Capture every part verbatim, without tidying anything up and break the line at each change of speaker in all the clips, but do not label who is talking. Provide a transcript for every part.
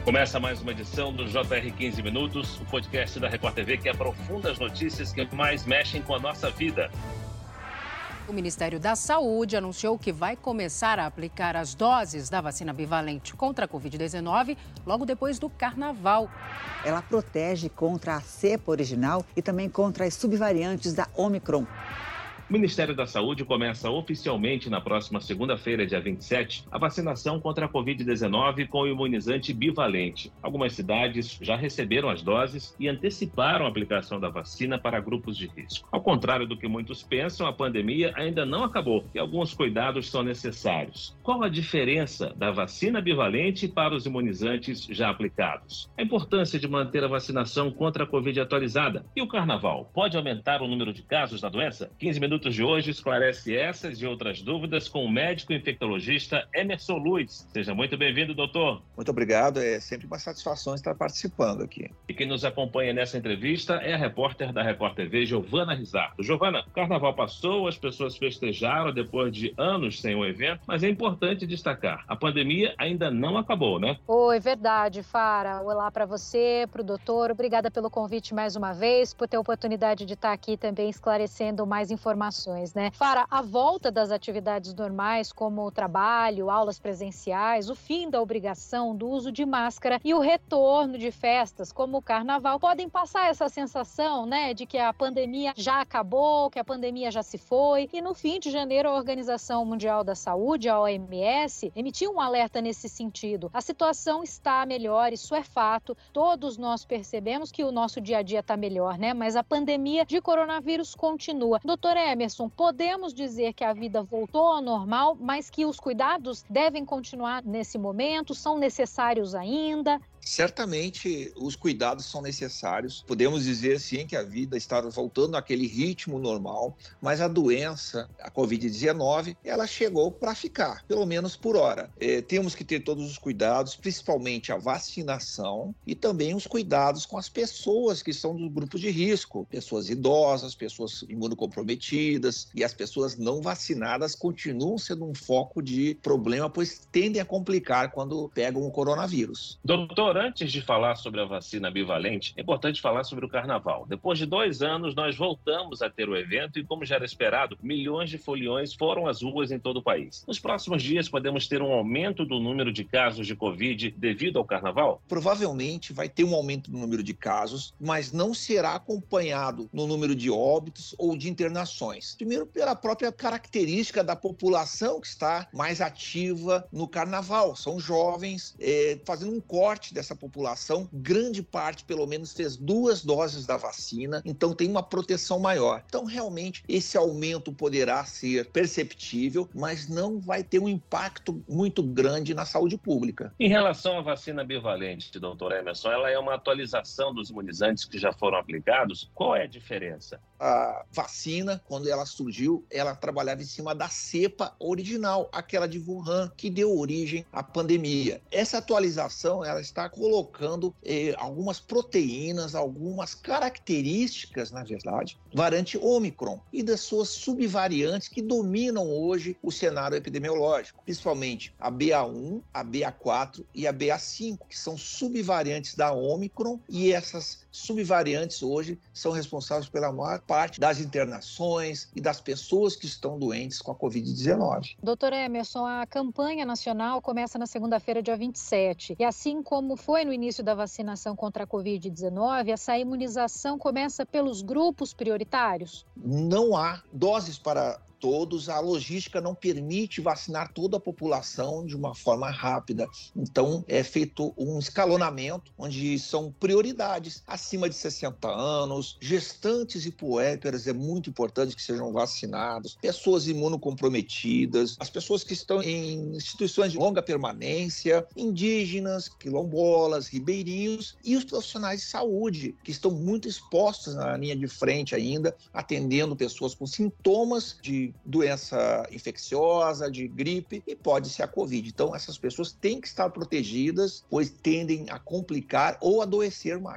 Começa mais uma edição do J R quinze Minutos, o podcast da Record T V que aprofunda as notícias que mais mexem com a nossa vida.
O Ministério da Saúde anunciou que vai começar a aplicar as doses da vacina bivalente contra a covid dezenove logo depois do Carnaval.
Ela protege contra a cepa original e também contra as subvariantes da Omicron.
O Ministério da Saúde começa oficialmente na próxima segunda-feira, dia vinte e sete, a vacinação contra a covid dezenove com o imunizante bivalente. Algumas cidades já receberam as doses e anteciparam a aplicação da vacina para grupos de risco. Ao contrário do que muitos pensam, a pandemia ainda não acabou e alguns cuidados são necessários. Qual a diferença da vacina bivalente para os imunizantes já aplicados? A importância de manter a vacinação contra a Covid atualizada. E o Carnaval pode aumentar o número de casos da doença? quinze minutos de hoje esclarece essas e outras dúvidas com o médico infectologista Emerson Luiz. Seja muito bem-vindo, doutor.
Muito obrigado, é sempre uma satisfação estar participando aqui.
E quem nos acompanha nessa entrevista é a repórter da Record T V, Giovana Rizardo. Giovana, o Carnaval passou, as pessoas festejaram depois de anos sem um evento, mas é importante destacar, a pandemia ainda não acabou, né?
Oi, verdade, Fara. Olá para você, para o doutor. Obrigada pelo convite mais uma vez, por ter a oportunidade de estar aqui também esclarecendo mais informações. Né? Para a volta das atividades normais, como o trabalho, aulas presenciais, o fim da obrigação do uso de máscara e o retorno de festas, como o Carnaval, podem passar essa sensação, né, de que a pandemia já acabou, que a pandemia já se foi. E no fim de janeiro, a Organização Mundial da Saúde, a O M S, emitiu um alerta nesse sentido. A situação está melhor, isso é fato. Todos nós percebemos que o nosso dia a dia está melhor, né? Mas a pandemia de coronavírus continua. Doutor Emerson, podemos dizer que a vida voltou ao normal, mas que os cuidados devem continuar nesse momento, são necessários ainda?
Certamente os cuidados são necessários. Podemos dizer sim que a vida está voltando àquele ritmo normal, mas a doença, a covid dezenove, ela chegou para ficar, pelo menos por hora. É, temos que ter todos os cuidados, principalmente a vacinação e também os cuidados com as pessoas que são do grupo de risco, pessoas idosas, pessoas imunocomprometidas, e as pessoas não vacinadas continuam sendo um foco de problema, pois tendem a complicar quando pegam o coronavírus.
Doutor, antes de falar sobre a vacina bivalente, é importante falar sobre o Carnaval. Depois de dois anos, nós voltamos a ter o evento e, como já era esperado, milhões de foliões foram às ruas em todo o país. Nos próximos dias, podemos ter um aumento do número de casos de Covid devido ao Carnaval?
Provavelmente vai ter um aumento do número de casos, mas não será acompanhado no número de óbitos ou de internações. Primeiro, pela própria característica da população que está mais ativa no Carnaval. São jovens, é, fazendo um corte dessa população, grande parte, pelo menos, fez duas doses da vacina, então tem uma proteção maior. Então, realmente, esse aumento poderá ser perceptível, mas não vai ter um impacto muito grande na saúde pública.
Em relação à vacina bivalente, doutor Emerson, ela é uma atualização dos imunizantes que já foram aplicados? Qual é a diferença?
A vacina, quando ela surgiu, ela trabalhava em cima da cepa original, aquela de Wuhan, que deu origem à pandemia. Essa atualização, ela está colocando eh, algumas proteínas, algumas características, na verdade, variante Omicron e das suas subvariantes que dominam hoje o cenário epidemiológico, principalmente a B A um, a B A quatro e a B A cinco, que são subvariantes da Omicron, e essas subvariantes hoje são responsáveis pela maior parte das internações e das pessoas que estão doentes com a covid dezenove.
Doutor Emerson, a campanha nacional começa na segunda-feira, dia vinte e sete, e assim como foi no início da vacinação contra a covid dezenove, essa imunização começa pelos grupos prioritários?
Não há doses para todos, a logística não permite vacinar toda a população de uma forma rápida. Então, é feito um escalonamento, onde são prioridades acima de sessenta anos, gestantes e puérperas, é muito importante que sejam vacinados, pessoas imunocomprometidas, as pessoas que estão em instituições de longa permanência, indígenas, quilombolas, ribeirinhos e os profissionais de saúde, que estão muito expostos na linha de frente ainda, atendendo pessoas com sintomas de doença infecciosa, de gripe, e pode ser a Covid. Então, essas pessoas têm que estar protegidas, pois tendem a complicar ou adoecer mais.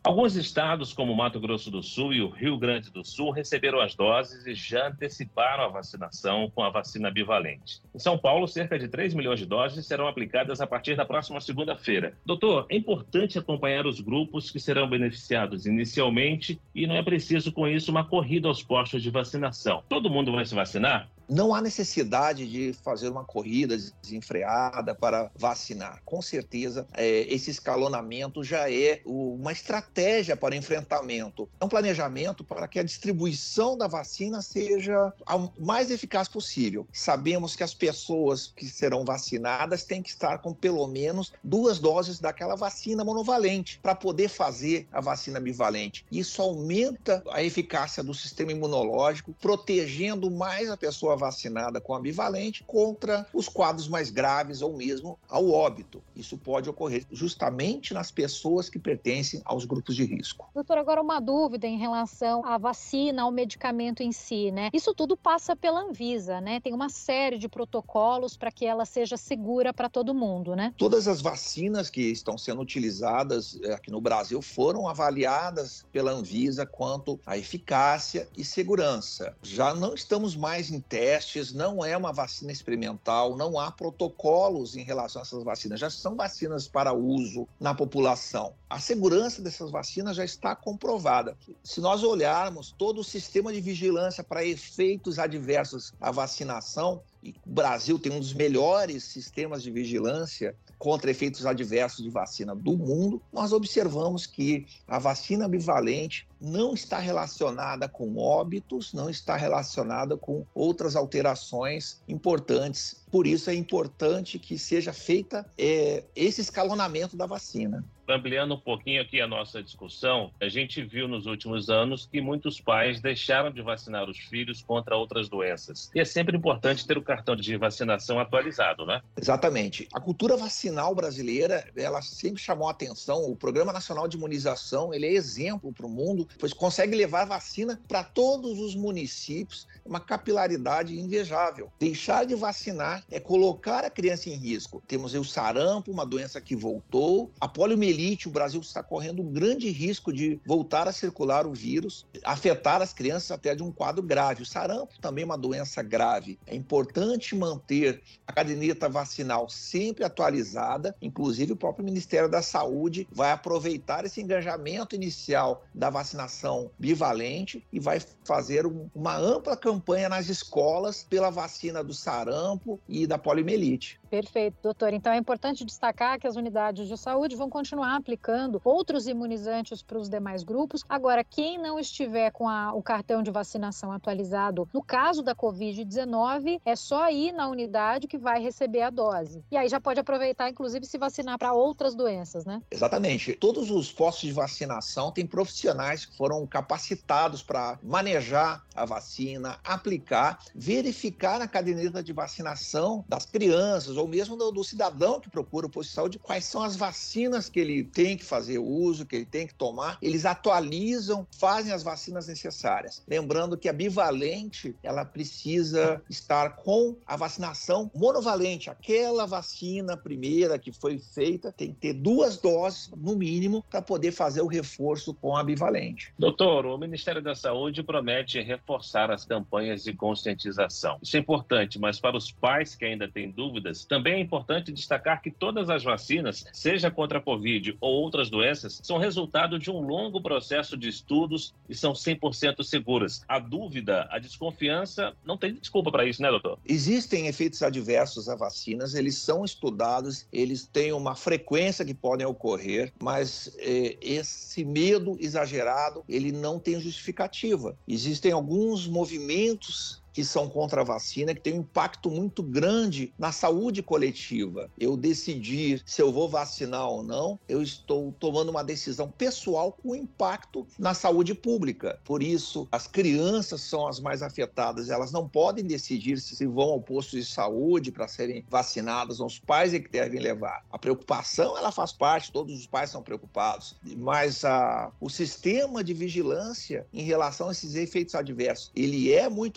Alguns estados, como Mato Grosso do Sul e o Rio Grande do Sul, receberam as doses e já anteciparam a vacinação com a vacina bivalente. Em São Paulo, cerca de três milhões de doses serão aplicadas a partir da próxima segunda-feira. Doutor, é importante acompanhar os grupos que serão beneficiados inicialmente e não é preciso, com isso, uma corrida aos postos de vacinação. Todo mundo vai se vacinar?
Não há necessidade de fazer uma corrida desenfreada para vacinar. Com certeza, é, esse escalonamento já é uma estratégia para enfrentamento. É um planejamento para que a distribuição da vacina seja o mais eficaz possível. Sabemos que as pessoas que serão vacinadas têm que estar com pelo menos duas doses daquela vacina monovalente para poder fazer a vacina bivalente. Isso aumenta a eficácia do sistema imunológico, protegendo mais a pessoa vacinada com a bivalente contra os quadros mais graves ou mesmo ao óbito. Isso pode ocorrer justamente nas pessoas que pertencem aos grupos de risco.
Doutor, agora uma dúvida em relação à vacina, ao medicamento em si, né? Isso tudo passa pela Anvisa, né? Tem uma série de protocolos para que ela seja segura para todo mundo, né?
Todas as vacinas que estão sendo utilizadas aqui no Brasil foram avaliadas pela Anvisa quanto à eficácia e segurança. Já não estamos mais em testes, não é uma vacina experimental, não há protocolos em relação a essas vacinas, já são vacinas para uso na população. A segurança dessas vacinas já está comprovada. Se nós olharmos todo o sistema de vigilância para efeitos adversos à vacinação, e o Brasil tem um dos melhores sistemas de vigilância contra efeitos adversos de vacina do mundo, nós observamos que a vacina bivalente não está relacionada com óbitos, não está relacionada com outras alterações importantes. Por isso é importante que seja feita é, esse escalonamento da vacina.
Ampliando um pouquinho aqui a nossa discussão, a gente viu nos últimos anos que muitos pais deixaram de vacinar os filhos contra outras doenças. E é sempre importante ter o cartão de vacinação atualizado, né?
Exatamente. A cultura vacinal brasileira, ela sempre chamou a atenção. O Programa Nacional de Imunização, ele é exemplo para o mundo, pois consegue levar vacina para todos os municípios, uma capilaridade invejável. Deixar de vacinar é colocar a criança em risco. Temos aí o sarampo, uma doença que voltou, a poliomielite, o Brasil está correndo um grande risco de voltar a circular o vírus, afetar as crianças até de um quadro grave. O sarampo também é uma doença grave. É importante manter a caderneta vacinal sempre atualizada, inclusive o próprio Ministério da Saúde vai aproveitar esse engajamento inicial da vacinação bivalente e vai fazer um, uma ampla campanha nas escolas pela vacina do sarampo e da poliomielite.
Perfeito, doutor. Então é importante destacar que as unidades de saúde vão continuar aplicando outros imunizantes para os demais grupos. Agora, quem não estiver com a, o cartão de vacinação atualizado, no caso da covid dezenove, é só ir na unidade que vai receber a dose. E aí já pode aproveitar, inclusive, se vacinar para outras doenças, né?
Exatamente. Todos os postos de vacinação têm profissionais que foram capacitados para manejar a vacina, aplicar, verificar a caderneta de vacinação das crianças ou mesmo do, do cidadão que procura o posto de saúde, quais são as vacinas que ele tem que fazer uso, que ele tem que tomar. Eles atualizam, fazem as vacinas necessárias. Lembrando que a bivalente, ela precisa estar com a vacinação monovalente. Aquela vacina primeira que foi feita tem que ter duas doses, no mínimo, para poder fazer o reforço com a bivalente.
Doutor, o Ministério da Saúde promete reforçar as campanhas de conscientização. Isso é importante, mas para os pais que ainda têm dúvidas, também é importante destacar que todas as vacinas, seja contra a Covid ou outras doenças, são resultado de um longo processo de estudos e são cem por cento seguras. A dúvida, a desconfiança, não tem desculpa para isso, né, doutor?
Existem efeitos adversos a vacinas, eles são estudados, eles têm uma frequência que podem ocorrer, mas eh, esse medo exagerado, ele não tem justificativa. Existem alguns movimentos que são contra a vacina, que tem um impacto muito grande na saúde coletiva. Eu decidir se eu vou vacinar ou não, eu estou tomando uma decisão pessoal com impacto na saúde pública. Por isso, as crianças são as mais afetadas, elas não podem decidir se vão ao posto de saúde para serem vacinadas, são os pais é que devem levar. A preocupação, ela faz parte, todos os pais são preocupados, mas a, o sistema de vigilância em relação a esses efeitos adversos, ele é muito ativo,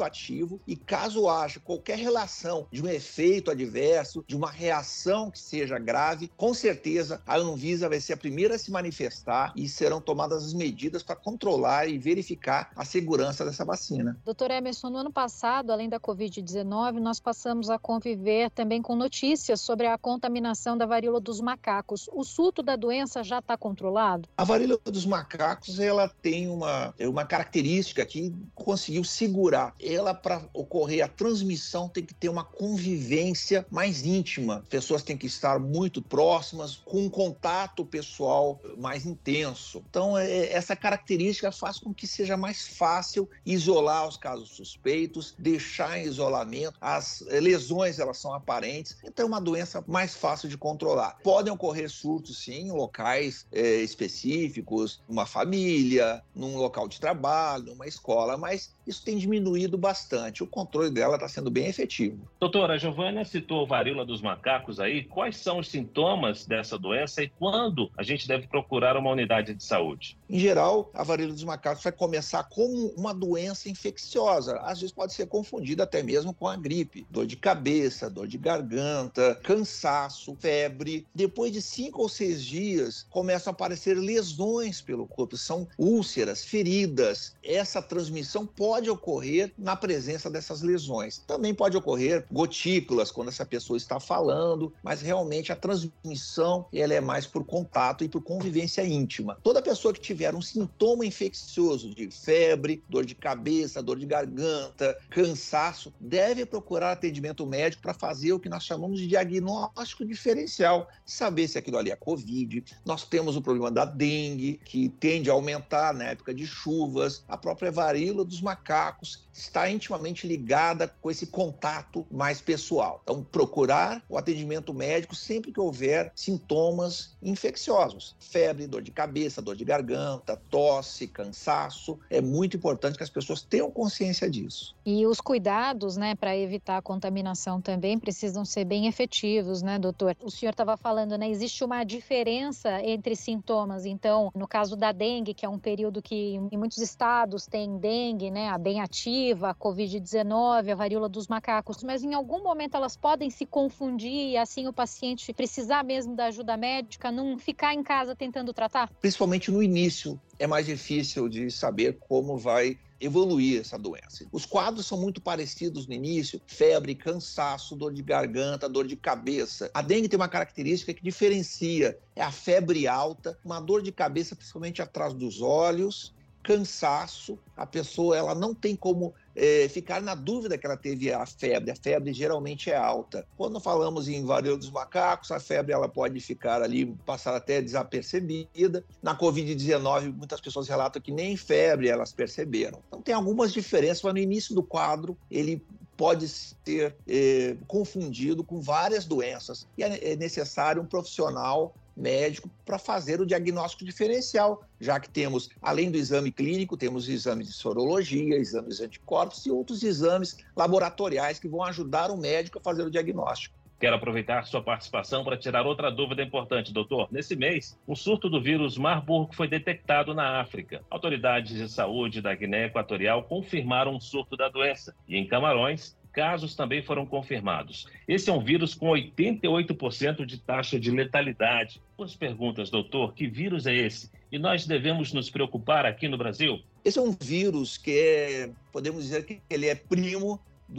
positivo e caso haja qualquer relação de um efeito adverso, de uma reação que seja grave, com certeza a Anvisa vai ser a primeira a se manifestar e serão tomadas as medidas para controlar e verificar a segurança dessa vacina.
doutor Emerson, no ano passado, além da covid dezenove, nós passamos a conviver também com notícias sobre a contaminação da varíola dos macacos. O surto da doença já está controlado?
A varíola dos macacos, ela tem uma, uma característica que conseguiu segurar. Ela, para ocorrer a transmissão, tem que ter uma convivência mais íntima. As pessoas têm que estar muito próximas, com um contato pessoal mais intenso. Então, é, essa característica faz com que seja mais fácil isolar os casos suspeitos, deixar em isolamento. As lesões, elas são aparentes, então é uma doença mais fácil de controlar. Podem ocorrer surtos, sim, em locais é, específicos, numa família, num local de trabalho, numa escola, mas isso tem diminuído bastante. O controle dela está sendo bem efetivo.
Doutora, a Giovânia citou a varíola dos macacos aí. Quais são os sintomas dessa doença e quando a gente deve procurar uma unidade de saúde?
Em geral, a varíola dos macacos vai começar como uma doença infecciosa. Às vezes pode ser confundida até mesmo com a gripe. Dor de cabeça, dor de garganta, cansaço, febre. Depois de cinco ou seis dias, começam a aparecer lesões pelo corpo. São úlceras, feridas. Essa transmissão pode ocorrer na presença dessas lesões. Também pode ocorrer gotículas quando essa pessoa está falando, mas realmente a transmissão ela é mais por contato e por convivência íntima. Toda pessoa que tiver um sintoma infeccioso de febre, dor de cabeça, dor de garganta, cansaço, deve procurar atendimento médico para fazer o que nós chamamos de diagnóstico diferencial, saber se aquilo ali é Covid. Nós temos o problema da dengue, que tende a aumentar na época de chuvas. A própria varíola dos macacos está intimamente ligada com esse contato mais pessoal. Então, procurar o atendimento médico sempre que houver sintomas infecciosos. Febre, dor de cabeça, dor de garganta, tosse, cansaço. É muito importante que as pessoas tenham consciência disso.
E os cuidados, né, para evitar a contaminação também precisam ser bem efetivos, né, doutor? O senhor estava falando, né, existe uma diferença entre sintomas. Então, no caso da dengue, que é um período que em muitos estados tem dengue, né, a bem ativa, a covid dezenove, a varíola dos macacos, mas em algum momento elas podem se confundir e assim o paciente precisar mesmo da ajuda médica, não ficar em casa tentando tratar?
Principalmente no início, é mais difícil de saber como vai evoluir essa doença. Os quadros são muito parecidos no início: febre, cansaço, dor de garganta, dor de cabeça. A dengue tem uma característica que diferencia, é a febre alta, uma dor de cabeça principalmente atrás dos olhos, cansaço. A pessoa ela não tem como é, ficar na dúvida que ela teve a febre. A febre geralmente é alta. Quando falamos em varíola dos macacos, a febre ela pode ficar ali, passar até desapercebida. Na covid dezenove, muitas pessoas relatam que nem febre elas perceberam. Então tem algumas diferenças, mas no início do quadro ele pode ser é, confundido com várias doenças. E é necessário um profissional médico para fazer o diagnóstico diferencial, já que temos, além do exame clínico, temos exames de sorologia, exames de anticorpos e outros exames laboratoriais que vão ajudar o médico a fazer o diagnóstico.
Quero aproveitar sua participação para tirar outra dúvida importante, doutor. Nesse mês, um surto do vírus Marburg foi detectado na África. Autoridades de saúde da Guiné Equatorial confirmaram um surto da doença. E em Camarões, casos também foram confirmados. Esse é um vírus com oitenta e oito por cento de taxa de letalidade. Duas perguntas, doutor. Que vírus é esse? E nós devemos nos preocupar aqui no Brasil?
Esse é um vírus que é, podemos dizer que ele é primo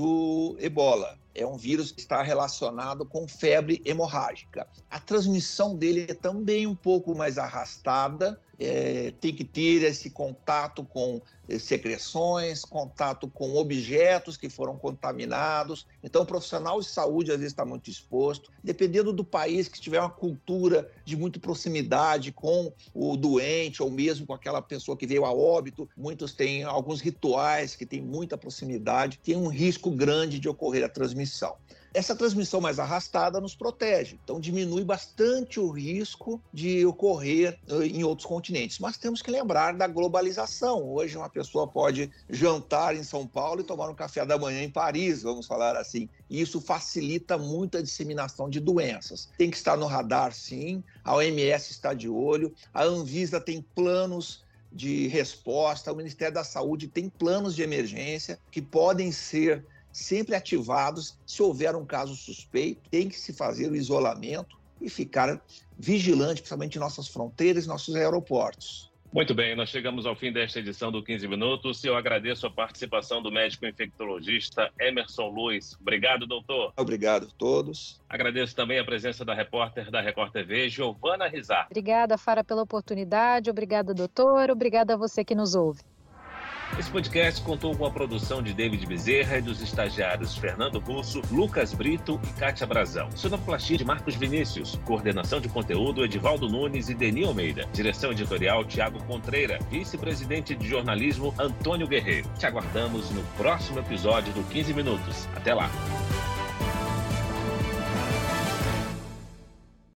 do ebola. É um vírus que está relacionado com febre hemorrágica. A transmissão dele é também um pouco mais arrastada, é, tem que ter esse contato com secreções, contato com objetos que foram contaminados. Então, o profissional de saúde às vezes está muito exposto. Dependendo do país que tiver uma cultura de muita proximidade com o doente ou mesmo com aquela pessoa que veio a óbito, muitos têm alguns rituais que têm muita proximidade, tem um risco grande de ocorrer a transmissão. Essa transmissão mais arrastada nos protege, então diminui bastante o risco de ocorrer em outros continentes. Mas temos que lembrar da globalização. Hoje uma pessoa pode jantar em São Paulo e tomar um café da manhã em Paris, vamos falar assim. E isso facilita muito a disseminação de doenças. Tem que estar no radar, sim. A O M S está de olho. A Anvisa tem planos de resposta. O Ministério da Saúde tem planos de emergência que podem ser sempre ativados se houver um caso suspeito. Tem que se fazer o isolamento e ficar vigilante, principalmente em nossas fronteiras e nossos aeroportos.
Muito bem, nós chegamos ao fim desta edição do quinze Minutos e eu agradeço a participação do médico infectologista Emerson Luiz. Obrigado, doutor.
Obrigado a todos.
Agradeço também a presença da repórter da Record T V, Giovana Rizar.
Obrigada, Fara, pela oportunidade. Obrigada, doutor. Obrigada a você que nos ouve.
Esse podcast contou com a produção de David Bezerra e dos estagiários Fernando Russo, Lucas Brito e Kátia Brazão. Sonoplastia de Marcos Vinícius. Coordenação de conteúdo Edivaldo Nunes e Deni Almeida. Direção editorial Tiago Contreira. Vice-presidente de jornalismo Antônio Guerreiro. Te aguardamos no próximo episódio do quinze Minutos. Até lá.